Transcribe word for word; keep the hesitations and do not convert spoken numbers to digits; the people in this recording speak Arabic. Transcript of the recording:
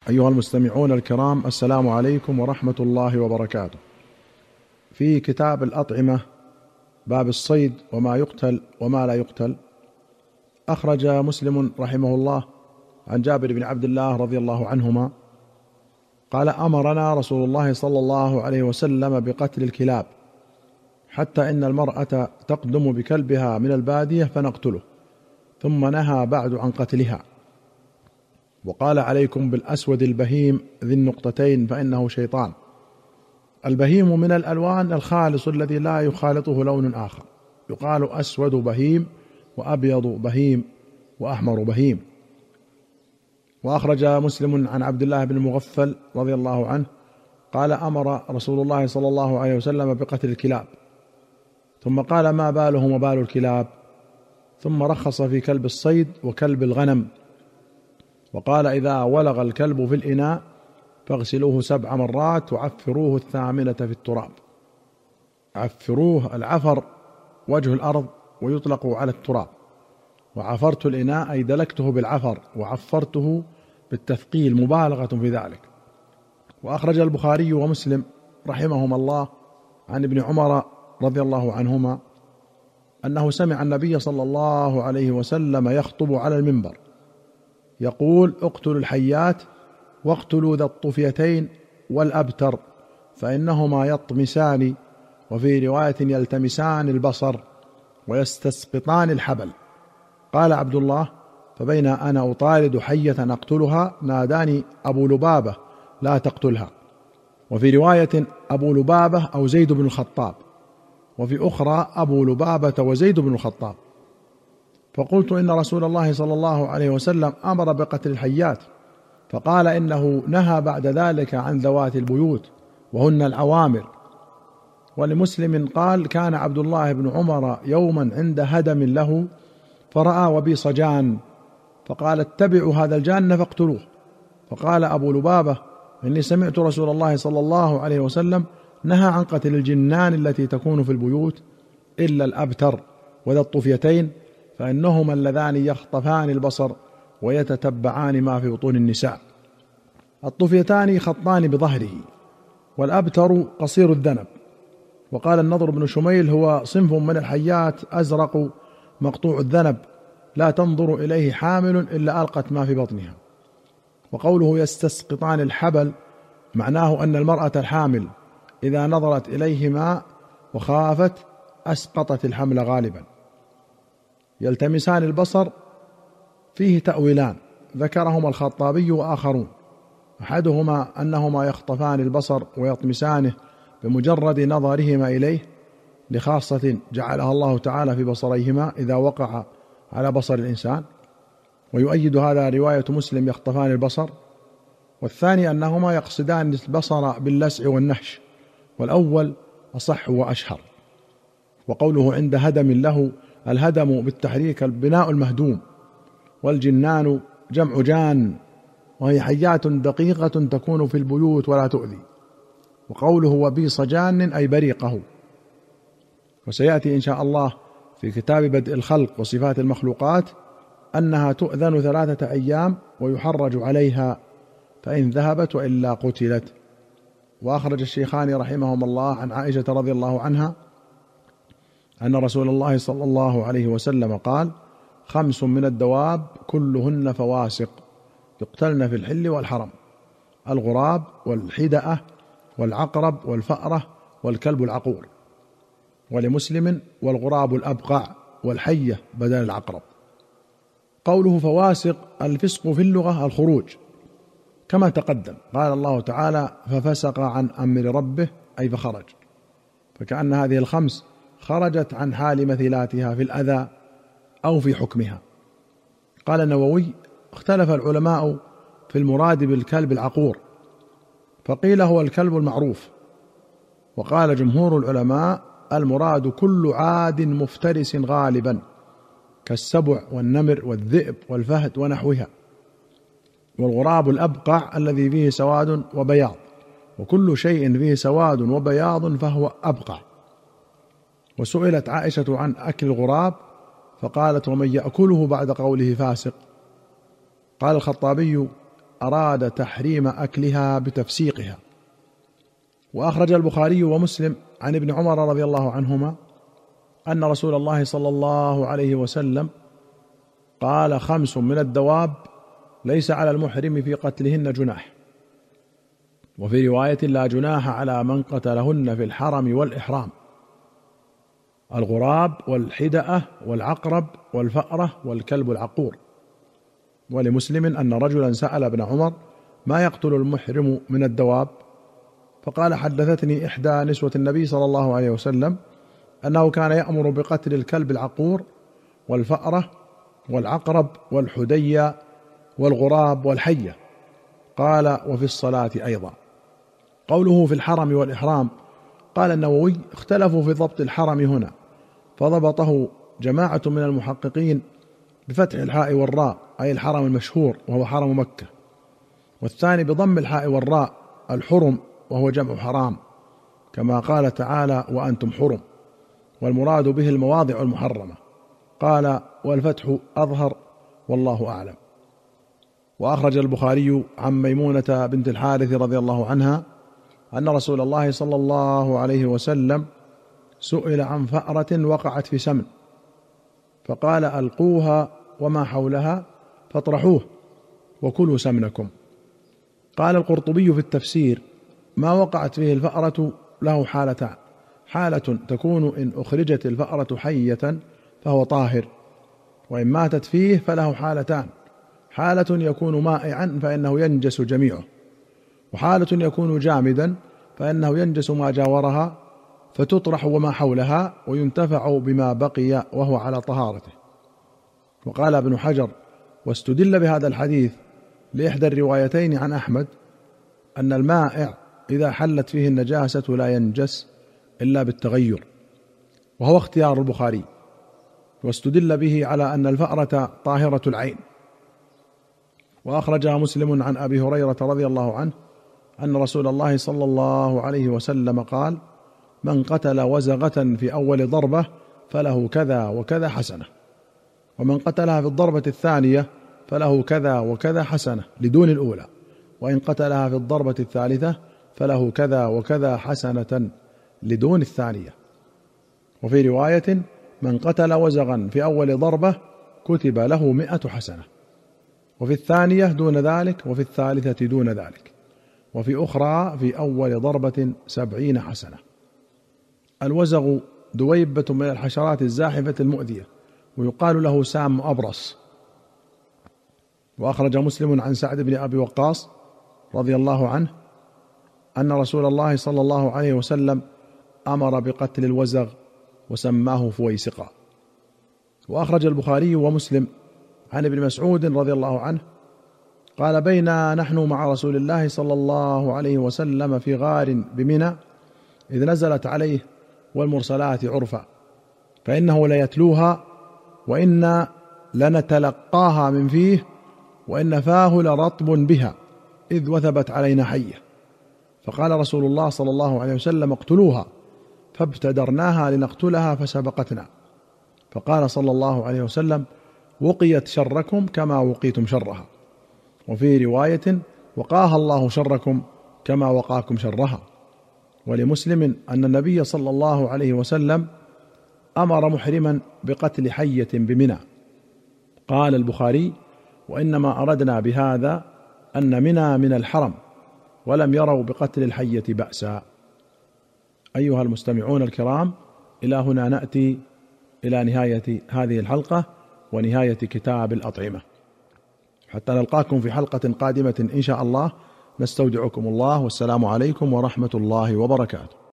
أيها المستمعون الكرام، السلام عليكم ورحمة الله وبركاته. في كتاب الأطعمة باب الصيد وما يقتل وما لا يقتل، أخرج مسلم رحمه الله عن جابر بن عبد الله رضي الله عنهما قال: أمرنا رسول الله صلى الله عليه وسلم بقتل الكلاب، حتى إن المرأة تقدم بكلبها من البادية فنقتله، ثم نهى بعد عن قتلها، وقال: عليكم بالأسود البهيم ذي النقطتين فإنه شيطان. البهيم من الألوان الخالص الذي لا يخالطه لون آخر، يقال أسود بهيم وأبيض بهيم وأحمر بهيم. وأخرج مسلم عن عبد الله بن المغفل رضي الله عنه قال: أمر رسول الله صلى الله عليه وسلم بقتل الكلاب، ثم قال: ما بالهم وبال الكلاب؟ ثم رخص في كلب الصيد وكلب الغنم، وقال: إذا ولغ الكلب في الإناء فاغسلوه سبع مرات وعفروه الثامنة في التراب. عفروه العفر وجه الأرض ويطلق على التراب، وعفرت الإناء أي دلكته بالعفر وعفرته بالتثقيل مبالغة في ذلك. وأخرج البخاري ومسلم رحمهما الله عن ابن عمر رضي الله عنهما أنه سمع النبي صلى الله عليه وسلم يخطب على المنبر يقول: اقتلوا الحيات واقتلوا ذا الطفيتين والأبتر، فإنهما يطمسان، وفي رواية يلتمسان البصر ويستسقطان الحبل. قال عبد الله: فبين أنا أطارد حية أقتلها ناداني أبو لبابة لا تقتلها، وفي رواية أبو لبابة أو زيد بن الخطاب، وفي أخرى أبو لبابة وزيد بن الخطاب. فقلت: إن رسول الله صلى الله عليه وسلم أمر بقتل الحيات، فقال: إنه نهى بعد ذلك عن ذوات البيوت وهن العوامر. ولمسلم قال: كان عبد الله بن عمر يوما عند هدم له فرأى وبيص جان، فقال: اتبعوا هذا الجان فاقتلوه. فقال أبو لبابة: إني سمعت رسول الله صلى الله عليه وسلم نهى عن قتل الجنان التي تكون في البيوت إلا الأبتر وذا الطفيتين، فإنهما اللذان يخطفان البصر ويتتبعان ما في بطون النساء. الطفيتان خطان بظهره، والأبتر قصير الذنب. وقال النضر بن شميل: هو صنف من الحيات أزرق مقطوع الذنب، لا تنظر إليه حامل إلا ألقت ما في بطنها. وقوله يستسقطان الحبل معناه أن المرأة الحامل إذا نظرت إليهما وخافت أسقطت الحمل غالبا. يلتمسان البصر فيه تأويلان ذكرهما الخطابي وآخرون، أحدهما أنهما يخطفان البصر ويطمسانه بمجرد نظرهما إليه لخاصة جعلها الله تعالى في بصريهما إذا وقع على بصر الإنسان، ويؤيد هذا رواية مسلم يخطفان البصر. والثاني أنهما يقصدان البصر باللسع والنهش، والأول أصح وأشهر. وقوله عند هدم له، الهدم بالتحريك البناء المهدوم، والجنان جمع جان، وهي حيات دقيقة تكون في البيوت ولا تؤذي. وقوله وبيص جان أي بريقه. وسيأتي إن شاء الله في كتاب بدء الخلق وصفات المخلوقات أنها تؤذن ثلاثة أيام ويحرج عليها، فإن ذهبت وإلا قتلت. وأخرج الشيخان رحمهما الله عن عائشة رضي الله عنها أن رسول الله صلى الله عليه وسلم قال: خمس من الدواب كلهن فواسق يقتلن في الحل والحرم: الغراب والحدأة والعقرب والفأرة والكلب العقور. ولمسلم: والغراب الأبقع والحية بدل العقرب. قوله فواسق، الفسق في اللغة الخروج، كما تقدم. قال الله تعالى: ففسق عن أمر ربه أي فخرج، فكأن هذه الخمس خرجت عن حال مثيلاتها في الأذى أو في حكمها. قال النووي: اختلف العلماء في المراد بالكلب العقور، فقيل هو الكلب المعروف، وقال جمهور العلماء المراد كل عاد مفترس غالبا كالسبع والنمر والذئب والفهد ونحوها. والغراب الأبقع الذي فيه سواد وبياض، وكل شيء فيه سواد وبياض فهو أبقع. وسئلت عائشة عن أكل الغراب فقالت: ومن يأكله بعد قوله فاسق؟ قال الخطابي: أراد تحريم أكلها بتفسيقها. وأخرج البخاري ومسلم عن ابن عمر رضي الله عنهما أن رسول الله صلى الله عليه وسلم قال: خمس من الدواب ليس على المحرم في قتلهن جناح. وفي رواية: لا جناح على من قتلهن في الحرم والإحرام: الغراب والحدأة والعقرب والفأرة والكلب العقور. ولمسلم أن رجلا سأل ابن عمر: ما يقتل المحرم من الدواب؟ فقال: حدثتني إحدى نسوة النبي صلى الله عليه وسلم أنه كان يأمر بقتل الكلب العقور والفأرة والعقرب والحدية والغراب والحية. قال: وفي الصلاة أيضا. قوله في الحرم والإحرام، قال النووي: اختلفوا في ضبط الحرم هنا، فضبطه جماعة من المحققين بفتح الحاء والراء أي الحرم المشهور وهو حرم مكة، والثاني بضم الحاء والراء الحرم وهو جمع حرام، كما قال تعالى: وأنتم حرم، والمراد به المواضع المحرمة. قال: والفتح أظهر والله أعلم. وأخرج البخاري عن ميمونة بنت الحارث رضي الله عنها أن رسول الله صلى الله عليه وسلم سئل عن فأرة وقعت في سمن، فقال: ألقوها وما حولها فاطرحوه وكلوا سمنكم. قال القرطبي في التفسير: ما وقعت فيه الفأرة له حالتان: حالة تكون إن أخرجت الفأرة حية فهو طاهر، وإن ماتت فيه فله حالتان: حالة يكون مائعا فإنه ينجس جميعه، وحالة يكون جامدا فإنه ينجس ما جاورها فتطرح وما حولها وينتفع بما بقي وهو على طهارته. وقال ابن حجر: واستدل بهذا الحديث لإحدى الروايتين عن أحمد أن المائع إذا حلت فيه النجاسة لا ينجس إلا بالتغير، وهو اختيار البخاري. واستدل به على أن الفأرة طاهرة العين. وأخرجها مسلم عن أبي هريرة رضي الله عنه أن رسول الله صلى الله عليه وسلم قال: من قتل وزغة في أول ضربة فله كذا وكذا حسنة، ومن قتلها في الضربة الثانية فله كذا وكذا حسنة لدون الأولى، وإن قتلها في الضربة الثالثة فله كذا وكذا حسنة لدون الثانية. وفي رواية: من قتل وزغا في أول ضربة كتب له مئة حسنة، وفي الثانية دون ذلك، وفي الثالثة دون ذلك، وفي أخرى في أول ضربة سبعين حسنة. الوزغ دويبة من الحشرات الزاحفة المؤذية، ويقال له سام أبرص. وأخرج مسلم عن سعد بن أبي وقاص رضي الله عنه أن رسول الله صلى الله عليه وسلم أمر بقتل الوزغ وسماه فويسقا. وأخرج البخاري ومسلم عن ابن مسعود رضي الله عنه قال: بينا نحن مع رسول الله صلى الله عليه وسلم في غار بمنى إذ نزلت عليه والمرسلات عرفا، فإنه ليتلوها وإنا لنتلقاها من فيه، وإن فاه لرطب بها إذ وثبت علينا حية. فقال رسول الله صلى الله عليه وسلم: اقتلوها، فابتدرناها لنقتلها فسبقتنا. فقال صلى الله عليه وسلم: وقيت شركم كما وقيتم شرها. وفي رواية: وقاها الله شركم كما وقاكم شرها. ولمسلم أن النبي صلى الله عليه وسلم أمر محرما بقتل حية بمنى. قال البخاري: وإنما أردنا بهذا أن منى من الحرم، ولم يروا بقتل الحية بأسا. أيها المستمعون الكرام، إلى هنا نأتي إلى نهاية هذه الحلقة ونهاية كتاب الأطعمة، حتى نلقاكم في حلقة قادمة إن شاء الله. نستودعكم الله، والسلام عليكم ورحمة الله وبركاته.